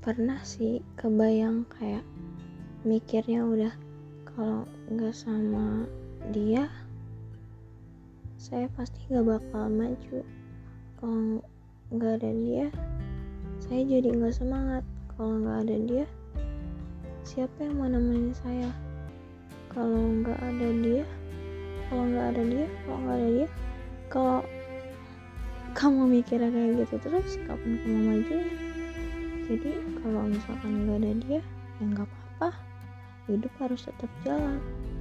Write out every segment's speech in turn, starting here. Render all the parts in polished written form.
pernah sih kebayang kayak mikirnya udah kalau nggak sama dia saya pasti nggak bakal maju. Kalau nggak ada dia saya jadi nggak semangat. Kalau nggak ada dia siapa yang mau nemenin saya? Kalau nggak ada dia kalau nggak ada dia kalau kamu mikirnya kayak gitu terus kapan kamu majunya? Jadi kalau misalkan nggak ada dia ya nggak apa-apa, hidup harus tetap jalan.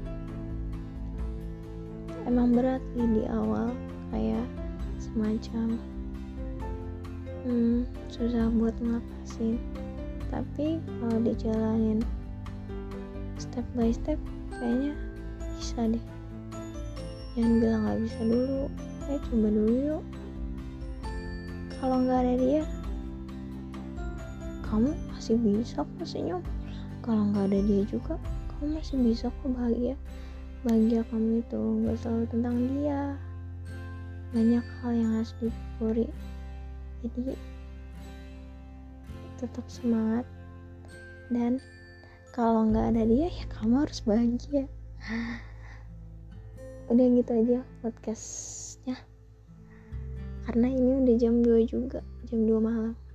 Emang berat sih di awal, kayak semacam susah buat ngelepasin, tapi kalau dijalanin step by step kayaknya bisa deh. Jangan bilang nggak bisa dulu, coba dulu yuk. Kalau nggak ada dia kamu masih bisa kok senyum. Kalau nggak ada dia juga kamu masih bisa kok bahagia. Bahagia kamu itu nggak selalu tentang dia, banyak hal yang harus disyukuri. Jadi tetap semangat, dan kalau nggak ada dia ya kamu harus bahagia. Udah gitu aja podcastnya, karena ini udah jam 2 juga, jam 2 malam.